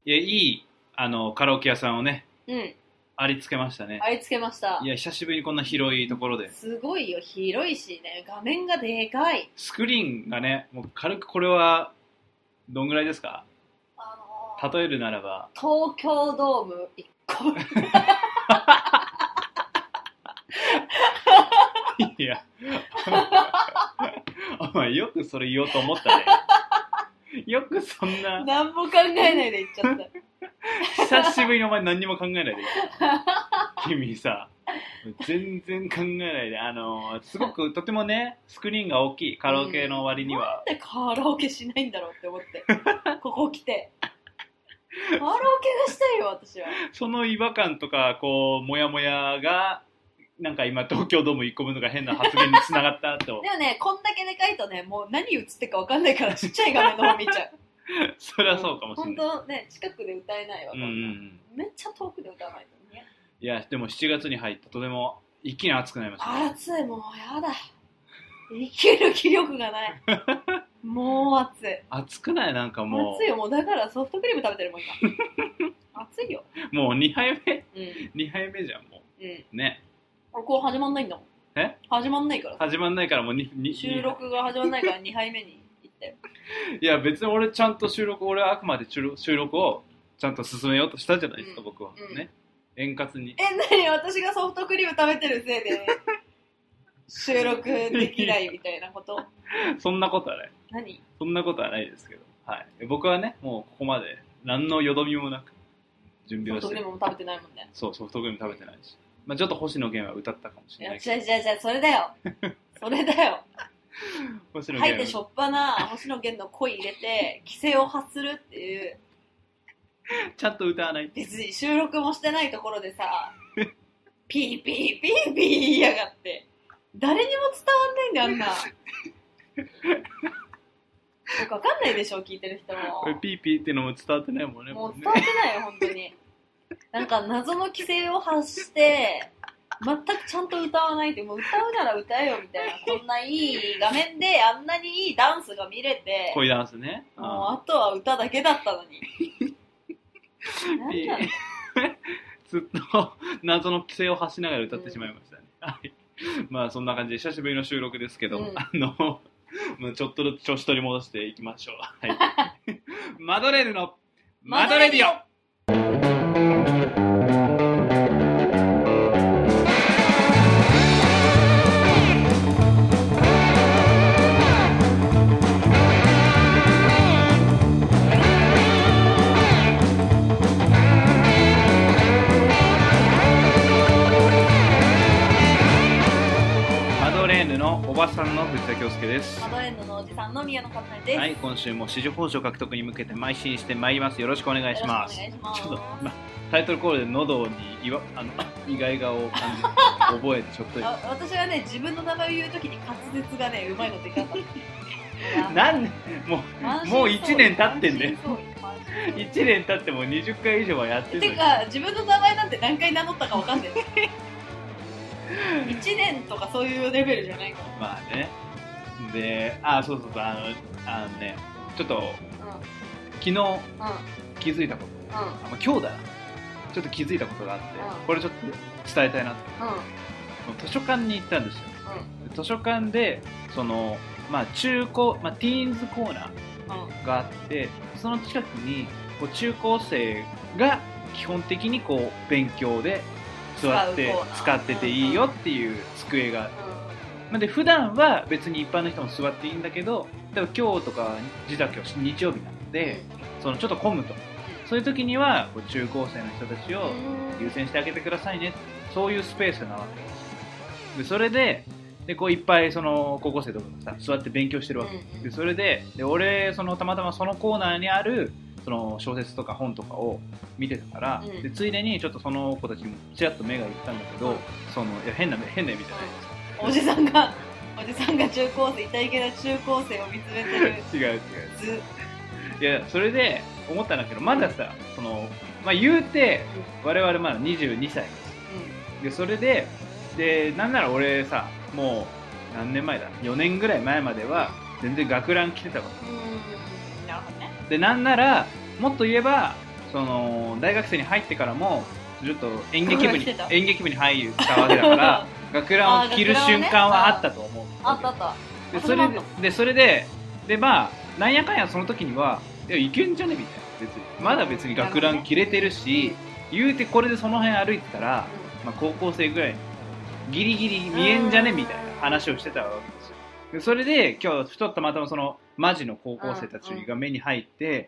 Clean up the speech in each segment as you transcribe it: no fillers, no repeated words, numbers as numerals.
いや、いいカラオケ屋さんをね、ありつけましたね。 ありつけました。 いや、久しぶりにこんな広いところで。 すごいよ、広いしね、画面がでかい。 スクリーンがね、もう軽くこれはどんぐらいですか？例えるならば東京ドーム1個分。 いやお前よくそれ言おうと思ったね。よくそんな何も考えないで言っちゃった。 久しぶりにお前何にも考えないで言った君さ、全然考えないで、すごくとてもねスクリーンが大きいカラオケの割には、 なんでカラオケしないんだろうって思ってここ来てカラオケがしたいよ私は。 その違和感とかこうモヤモヤがなんか今東京ドーム1個分とか変な発言につながったとでもね、こんだけでかいとね、もう何映ってるか分かんないからちっちゃい画面の方見ちゃう。 それはそうかもしれない。 本当ね、近くで歌えないわ、めっちゃ遠くで歌わないとね。 いや、でも7月に入ってとても一気に暑くなりました、ね。 暑い、もうやだ。生きる気力がない。もう暑い。 暑くない？なんかもう。 暑いよ、もうだからソフトクリーム食べてるもん今。暑いよ。 もう2杯目、2杯目じゃんもう。ね。 こう始まんないんだもん。始まんないから。 始まんないからもう収録が始まんないから2杯目に行ったよ。 いや別に俺ちゃんと俺はあくまで収録をちゃんと進めようとしたじゃないですか、僕は。ね。円滑に。 何？私がソフトクリーム食べてるせいで収録できないみたいなこと？ そんなことはない。 何？ そんなことはないですけど。はい。僕はね、もうここまで何のよどみもなく準備をして。 ソフトクリームも食べてないもんね。 そう、ソフトクリーム食べてないし。まあちょっと星野源は歌ったかもしれないけど。 じゃあそれだよ。それだよ。 星野源。 入ってしょっぱな星野源の声入れて規制を発するっていう。 ちゃんと歌わない。 別に収録もしてないところでさ、ピーピーピーピー言いやがって。誰にも伝わんないんだよ、あんな。よくわかんないでしょ、聞いてる人も。 これピーピーってのも伝わってないもんね。 もう伝わってないよ、本当に。なんか謎の規制を発して、全くちゃんと歌わないで、もう歌うなら歌えよみたいな、こんないい画面であんなにいいダンスが見れて、 恋ダンスね。 もうあとは歌だけだったのに。なんなの？ ずっと謎の規制を発しながら歌ってしまいましたね。はい。まあそんな感じで久しぶりの収録ですけど、もうちょっとずつ調子取り戻していきましょう。はい。マドレーヌのマドレディオ。おばさんの藤田恭介です。 マドレーヌのおじさんの宮野和成です。 はい、今週も支持報酬獲得に向けて邁進してまいります。よろしくお願いします。ちょっと、タイトルコールで喉に意外顔を感じて覚えてちょっと私はね、自分の名前を言うときに滑舌がね、うまいのでかかったなんでもう1年経ってんだよ。1年経っても20回以上はやってる。 てか自分の名前なんて何回名乗ったかわかんない1年とかそういうレベルじゃないから。 まあね。で、そうね、ちょっと、昨日、気づいたこと、今日だな、ちょっと気づいたことがあって、これちょっと伝えたいなって、図書館に行ったんですよ。図書館で、中高、ティーンズコーナーがあって、その近くにこう中高生が基本的にこう勉強で座って使ってていいよっていう机がある。で普段は別に一般の人も座っていいんだけど、例えば今日とか実は今日日曜日なので、ちょっと混むと、そういう時にはこう中高生の人たちを優先してあげてくださいね、そういうスペースなわけです。でそれでこういっぱいその高校生とかがさ座って勉強してるわけで、それで俺たまたまそのコーナーにあるその小説とか本とかを見てたから、でついでにちょっとその子たちにもちらっと目がいったんだけど、いや変な意味じゃないですか、 おじさんが中高生、痛いけな中高生を見つめてる。 違ういやそれで思ったんだけど、まださ言うて我々まだ22歳です、でそれでなんなら俺さ、もう何年前だ、4年ぐらい前までは全然学ラン着てたわけ。 なるほどね。 でなんならもっと言えばその大学生に入ってからもちょっと演劇部に入ったわけだから学ランを着る瞬間はあったと思う。 あったあった。 それでまあなんやかんやその時にはいけんじゃねみたいな、別にまだ別に学ラン着れてるし、言うてこれでその辺歩いてたら、まあ、高校生ぐらいギリギリ見えんじゃねみたいな話をしてたわけですよ。でそれで今日ふとたまたまそのマジの高校生たちが目に入って、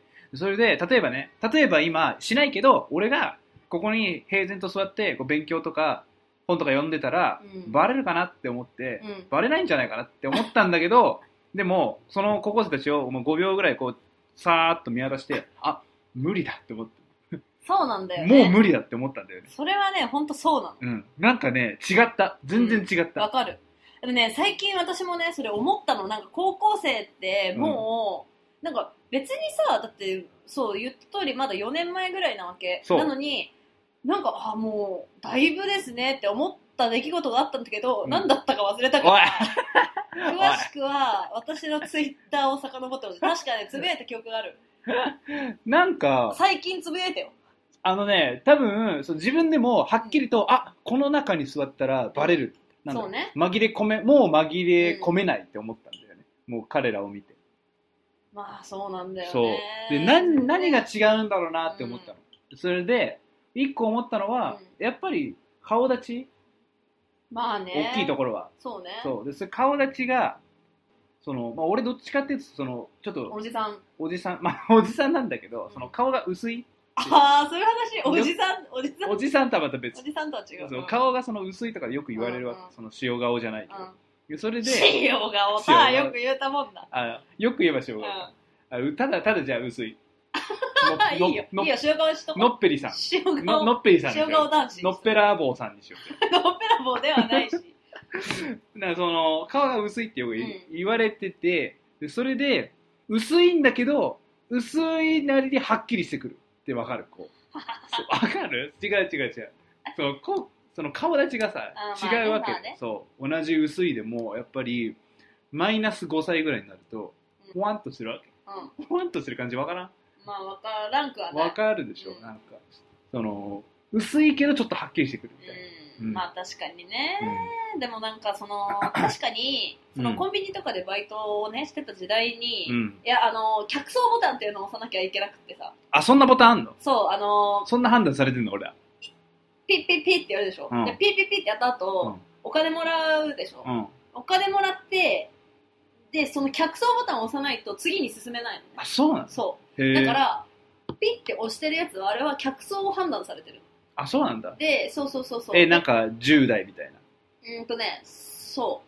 それで例えば今しないけど俺がここに平然と座ってこう勉強とか本とか読んでたら、バレるかなって思って、バレないんじゃないかなって思ったんだけどでもその高校生たちをもう5秒ぐらいこうさーっと見渡して、あ、無理だって思って。 そうなんだよね。 もう無理だって思ったんだよね。 それはね、ほんとそうなの。 うん。なんかね、違った。全然違った。 わかる。でもね、最近私もね、それ思ったの。なんか高校生ってもう、なんか別にさ、だってそう言った通りまだ4年前ぐらいなわけ。なのに、なんか、もう、だいぶですねって思った出来事があったんだけど、何だったか忘れたから、詳しくは私のツイッターを遡ってほしい。確かね、つぶやいた記憶がある。 なんか、 最近つぶやいたよ。 多分、自分でもはっきりと、この中に座ったらバレる。 そうね。 もう紛れ込めないって思ったんだよね。もう彼らを見て。 まあ、そうなんだよね。 そう。で、何が違うんだろうなって思ったの。それで、一個思ったのは、やっぱり顔立ち、 まあね、 大きいところはそうね。 そうで、それ顔立ちが俺どっちかっていうとちょっとおじさんまあおじさんなんだけど、その顔が薄い。 そういう話。おじさんとはまた別。 おじさんとは違う。 そう、顔がその薄いとかよく言われるわけ。その塩顔じゃないけど、それで塩顔さ、よく言うたもんだ。 よく言えば塩顔。ただじゃあ薄い。 いいよ、塩顔しとこう。 のっぺりさん。のっぺりさん。 塩顔男子。 のっぺらぼうさんにしよう。 のっぺらぼうではないし。 だからその顔が薄いってよく言われてて、それで薄いんだけど薄いなりにはっきりしてくるってわかる。こうわかる？違う。その顔立ちがさ違うわけ。そう同じ薄いでもやっぱりマイナス5歳ぐらいになるとほわんとするわけ。ほわんとする感じわからん？ まあわからんくはない。 わかるでしょ。なんかその薄いけどちょっとはっきりしてくるみたいな。 まあ確かにね、でもなんか確かにそのコンビニとかでバイトをねしてた時代に、いや客層ボタンっていうのを押さなきゃいけなくってさ。 そんなボタンあんの？ そうそんな判断されてんの俺は。 ピッピッピッってやるでしょ、でピッピッピッってやった後、お金もらうでしょ、お金もらってでその客層ボタンを押さないと次に進めないのね。 そうなの？ そうだからピッて押してるやつはあれは客層を判断されてる。 そうなんだ。 で、そう。 なんか10代みたいな。 そう。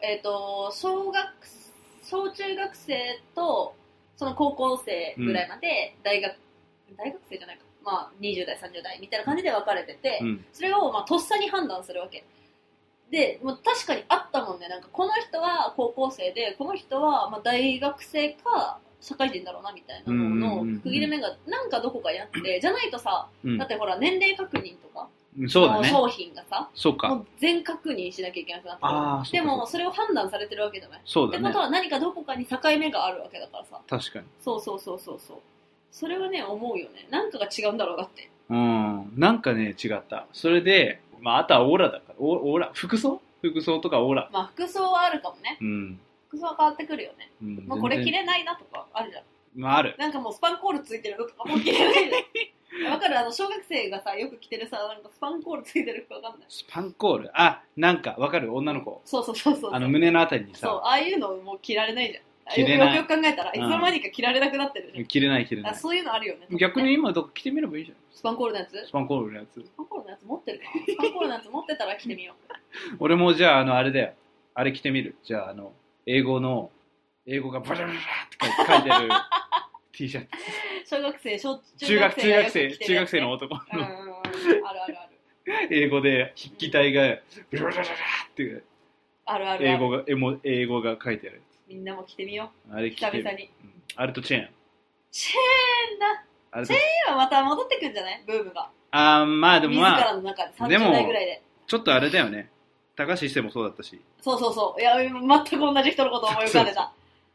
小中学生と、その高校生ぐらいまで、大学生じゃないか。まあ、20代、30代みたいな感じで分かれてて、それを、まあ、とっさに判断するわけ。で、もう確かにあったもんね。なんか、この人は高校生で、この人は、まあ、大学生か、社会人だろうなみたいなのの区切れ目がなんかどこかにあってじゃないとさ、だってほら年齢確認とか商品がさもう全確認しなきゃいけなくなってでもそれを判断されてるわけじゃない。ってことは何かどこかに境目があるわけだからさ。 確かにそうそれはね思うよね。なんかが違うんだろうなって。 なんかね違った。それでまああとはオーラだからオーラ服装とかオーラまあ服装はあるかもね。服装は変わってくるよね。もうこれ着れないなとかあるじゃん。 まあある。 なんかもうスパンコールついてるのとかもう着れないじゃん。わかる？小学生がさよく着てるさなんかスパンコールついてる服わかんない。 スパンコールなんかわかる女の子。 そう胸のあたりにさ。 そうああいうのもう着られないじゃん。 着れない。 よく考えたらいつの間にか着られなくなってるじゃん。 着れない。 そういうのあるよね。 逆に今どこ着てみればいいじゃん。 スパンコールのやつスパンコールのやつ持ってるかスパンコールのやつ持ってたら着てみよう。 俺もじゃああれだよ。あれ着てみる。じゃあ英語がバラバラって書いてる T シャツ。 小学生、 中学生の男の。 ある。 英語で筆記体がバラバラってある。 英語が書いてある。 みんなも着てみよう。 あれ着てみる。あれとチェーン。 チェーンはまた戻ってくんじゃないブームが。 まあでもまあ。 自らの中で30代ぐらいで。 ちょっとあれだよね。高橋一生もそうだったし。 そう。いや、全く同じ人のことを思い浮かべた。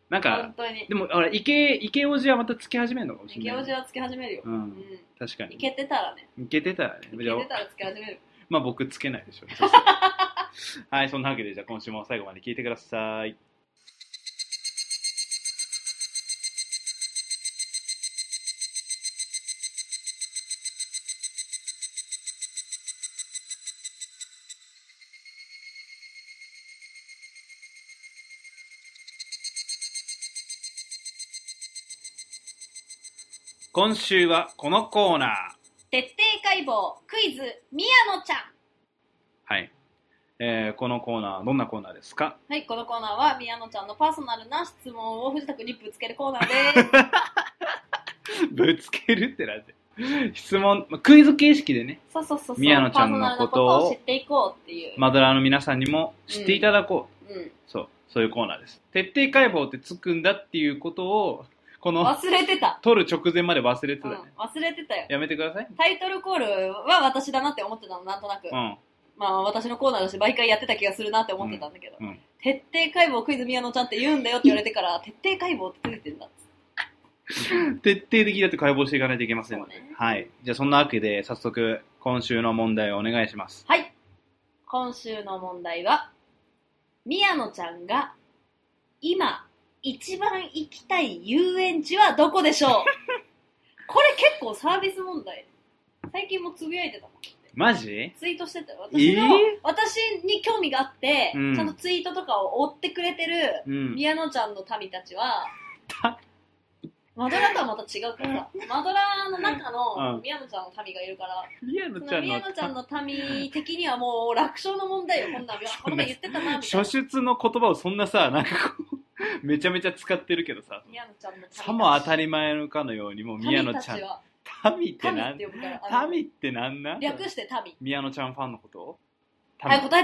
なんか本当に。 でも池王子はまたつき始めるのかもしれない。 池王子はつけ始めるよ。 確かに。 いけてたらね。 いけてたらね。 いけてたらつけ始める。 まあ僕つけないでしょう。はい、そんなわけでじゃあ今週も最後まで聞いてください。今週はこのコーナー。 徹底解剖クイズ宮野ちゃん。 はい。このコーナー、どんなコーナーですか？ はい、このコーナーは宮野ちゃんのパーソナルな質問を藤田君にぶつけるコーナーです。 ぶつけるってなんて。質問、クイズ形式でね。 そう。 宮野ちゃんのことを知っていこうっていう。 マドラーの皆さんにも知っていただこう。そういうコーナーです。徹底解剖ってつくんだっていうことを、この忘れてた。 撮る直前まで忘れてたね。 忘れてたよ。 やめてください。 タイトルコールは私だなって思ってたの、なんとなく。まあ私のコーナーだし毎回やってた気がするなって思ってたんだけど、徹底解剖クイズ宮野ちゃんって言うんだよって言われてから徹底解剖ってついてんだっつ徹底的だって解剖していかないといけませんので、はい。じゃあそんなわけで早速今週の問題をお願いします。 はい。今週の問題は宮野ちゃんが今一番行きたい遊園地はどこでしょう？これ結構サービス問題。最近もつぶやいてたもん。 マジ？ ツイートしてたよ。私に興味があって、ちゃんとツイートとかを追ってくれてる宮野ちゃんの民たちは、マドラーとはまた違うからさ、マドラーの中の宮野ちゃんの民がいるから、宮野ちゃんの民的にはもう楽勝の問題よ。こんなん言ってたなみたいな。 初出の言葉をそんなさ、なんかこうめちゃめちゃ使ってるけどさ、 宮野ちゃんのさも当たり前のかのようにもう宮野ちゃん。民ってなん民ってなんな略して民。 宮野ちゃんファンのことはい、答え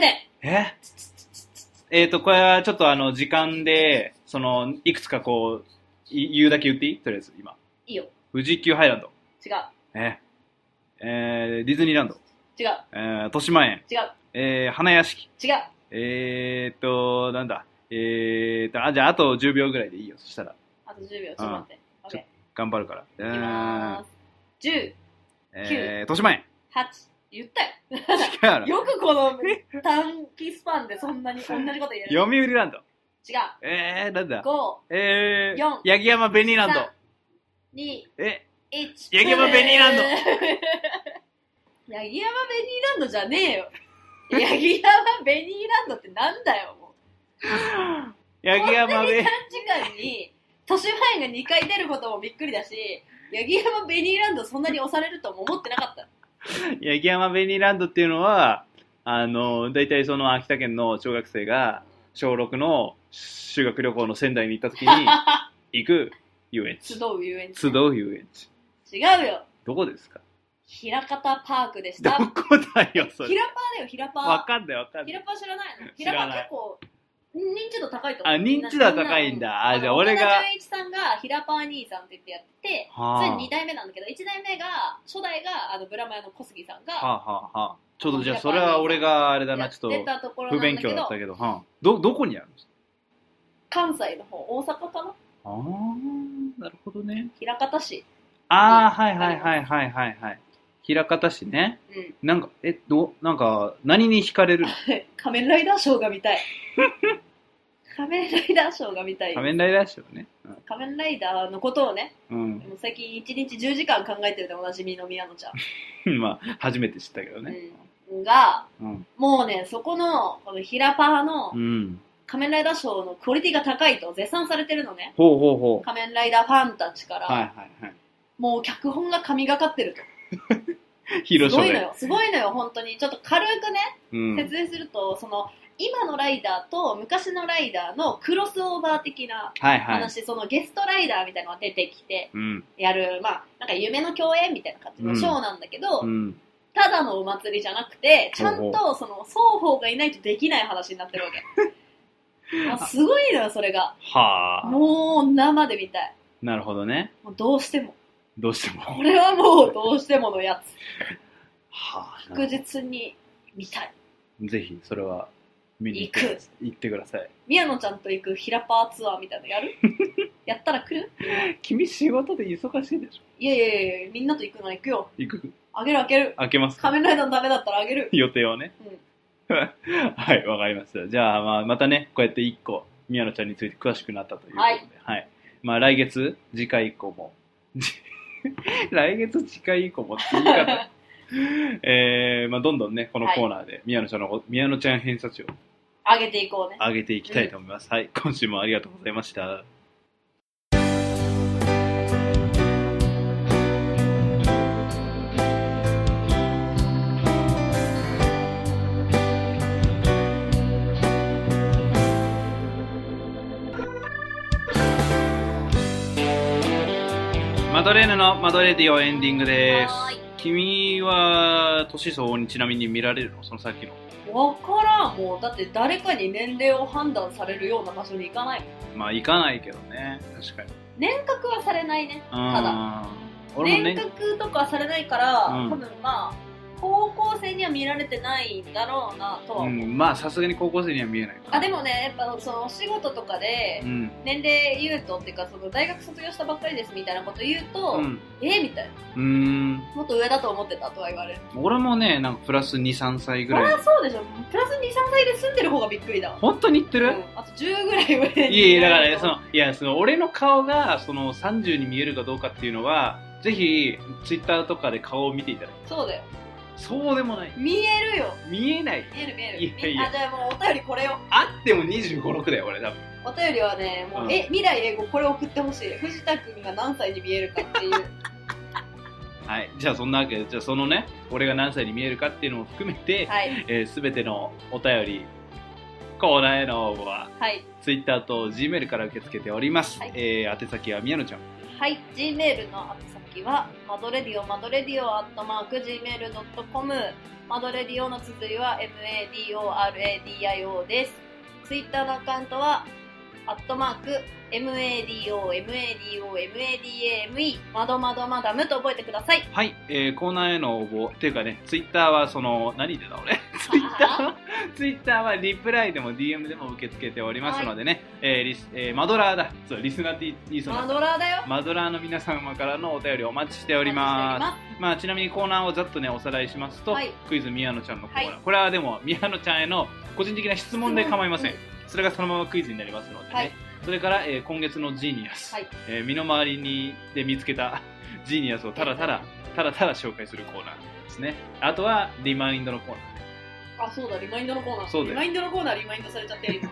て。これはちょっと時間で、いくつかこう、言うだけ言っていい？とりあえず、今。 いいよ。 富士急ハイランド。 違う。 ディズニーランド。 違う。 豊島園。 違う。 花屋敷。 違う。 なんだ。じゃああと10秒ぐらいでいいよ、そしたら。 あと10秒、ちょっと待って。 頑張るから。 いきまーす。10、9、 豊島園。 8、言ったよ。よくこの短期スパンでそんなに同じこと言える。 読売ランド。 違う。 なんだ。 5、4、 八木山ベニーランド。 3、2、1。 八木山ベニーランド。 八木山ベニーランドじゃねえよ。八木山ベニーランドってなんだよ、もう。 八木山ベニーランド。 短時間に、豊島園が2回出ることもびっくりだし、八木山ベニーランドそんなに押されるとも思ってなかった。 八木山ベニーランドっていうのは、だいたいその秋田県の小学生が小6の修学旅行の仙台に行った時に行く遊園地。 集う遊園地。 集う遊園地。 違うよ。 どこですか？ 平方パークでした。 どこだよ、それ。 平パーだよ、平パー。 わかんない。 平パー知らないの？平パー結構、認知度高いと思う。 認知度は高いんだ。じゃあ俺が。 岡田准一さんが平パー兄さんって言ってやって、それ2代目なんだけど、1代目が、初代がブラマヨの小杉さんが、 ちょっとじゃあそれは俺があれだな、ちょっと不勉強だったけど、どこにあるんですか？ 関西の方、大阪かな？ なるほどね。 枚方市。 はい。枚方市ね。なんか、なんか、何に惹かれるの？ 仮面ライダーショーが見たい。仮面ライダーショーが見たい。 仮面ライダーショーね。 仮面ライダーのことをね、最近1日10時間考えてるでおなじみの宮野ちゃん。 まあ、初めて知ったけどね。 が、もうね、そこの、この平パーの、仮面ライダーショーのクオリティが高いと絶賛されてるのね。仮面ライダーファンたちから、もう脚本が神がかってると。すごいのよ、本当に。ちょっと軽くね、説明すると、今のライダーと昔のライダーのクロスオーバー的な話、そのゲストライダーみたいなのが出てきて、やる、なんか夢の共演みたいな感じのショーなんだけど、ただのお祭りじゃなくて、ちゃんと双方がいないとできない話になってるわけ。すごいのよ、それが。もう生で見たい。 なるほどね。 どうしても。 これはもうどうしてものやつ。確実に見たい。 ぜひ、それは見に行ってください。 宮野ちゃんと行くヒラパーツアーみたいなのやるやったら来る君仕事で忙しいでしょ。 いや、みんなと行くなら行くよ。 行く。 あげる。 開けますか。 仮面ライダーのダメだったらあげる。 予定をね。はい、わかりました。じゃあ、またね、こうやって1個、宮野ちゃんについて詳しくなったということで。はい。来月、次回以降も。来月、次回以降もって言い方。どんどんね、このコーナーで、宮野ちゃん偏差値を上げていこうね。 上げていきたいと思います。はい、今週もありがとうございました。マドレーヌのマドレディオエンディングです。君は年相応にちなみに見られるの？そのさっきの。 わからん。もうだって誰かに年齢を判断されるような場所に行かないもん。 行かないけどね。確かに。 年額はされないね。ただ。年額とかはされないから、多分高校生には見られてないんだろうなとは思う。 さすがに高校生には見えないかな。 でもね、やっぱそのお仕事とかで、年齢言うとっていうか、その大学卒業したばっかりですみたいなこと言うと、みたいな。もっと上だと思ってたとは言われる。 俺もね、なんかプラス2、3歳ぐらい。 そりゃそうでしょ。プラス2、3歳で住んでる方がびっくりだわ。 本当に言ってる？ あと10ぐらい上に。 いや、だからね、その俺の顔がその30に見えるかどうかっていうのは、ぜひツイッターとかで顔を見ていただきたい。 そうだよ。 そうでもない。 見えるよ。 見えない。 見える。 いやじゃあもうお便りこれよ。 あっても25、6だよ、俺多分。 お便りはね、もう、未来英語これ送ってほしい。藤田くんが何歳に見えるかっていう。 はい。じゃあそんなわけで、そのね、俺が何歳に見えるかっていうのも含めて、すべてのお便り、コーナーへの応募は、ツイッターと Gmail から受け付けております。宛先は宮野ちゃん。 はい。Gmail の宛先は、マドレディオ@gmail.com。マドレディオの綴りは MADORADIO です。ツイッターのアカウントは、@MADOMADOMADAME まどまどマダムと覚えてください。 はい、コーナーへの応募っていうかね、ツイッターは何でだ俺ツイッターはリプライでも DM でも受け付けておりますのでね、マドラーだ。そう、リスナーって言いそうな。 マドラーだよ。 マドラーの皆様からのお便りをお待ちしております。ちなみにコーナーをざっとねおさらいしますと、クイズ宮野ちゃんのコーナー、これはでも宮野ちゃんへの個人的な質問で構いません。それがそのままクイズになりますのでね。それから、今月のジーニアス、身の回りで見つけたジーニアスをただただ紹介するコーナーですね。あとはリマインドのコーナー。 そうだ、リマインドのコーナー。 そうだよ。 リマインドのコーナーリマインドされちゃってる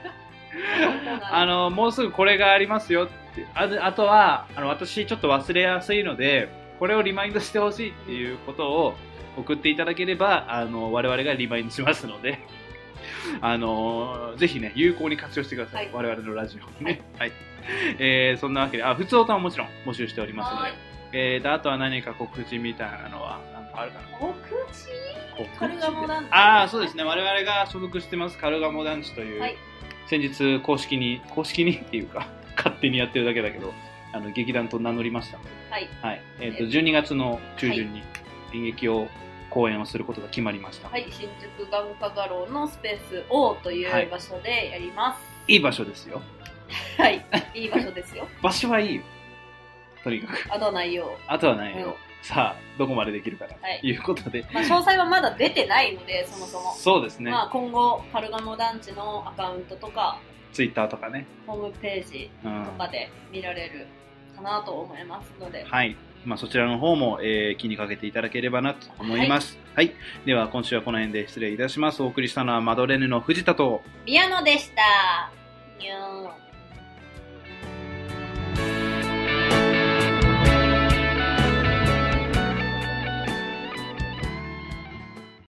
今。もうすぐこれがありますよって。あとは私ちょっと忘れやすいので、これをリマインドしてほしいっていうことを送っていただければ我々がリマインドしますので。ぜひね、有効に活用してください。我々のラジオね。そんなわけで、普通歌はもちろん募集しておりますので、あとは何か告知みたいなのは何かあるかな。 告知？カルガモ団地。 そうですね。我々が所属してますカルガモ団地という、先日公式にっていうか勝手にやってるだけだけど、劇団と名乗りましたので、12月の中旬に演劇を公演をすることが決まりました。 新宿眼科画廊のスペース O という場所でやります。 いい場所ですよ。 いい場所ですよ。 場所はいいよ。とにかく。 あとはないよ。 さあ、どこまでできるかということで。 詳細はまだ出てないので、そもそも。 そうですね。 今後、カルガモ団地のアカウントとか、 ツイッターとかね。 ホームページとかで見られるかなと思いますので。 そちらの方も、気にかけていただければなと思います。では今週はこの辺で失礼いたします。お送りしたのはマドレーヌの藤田と宮野でした。にゅー。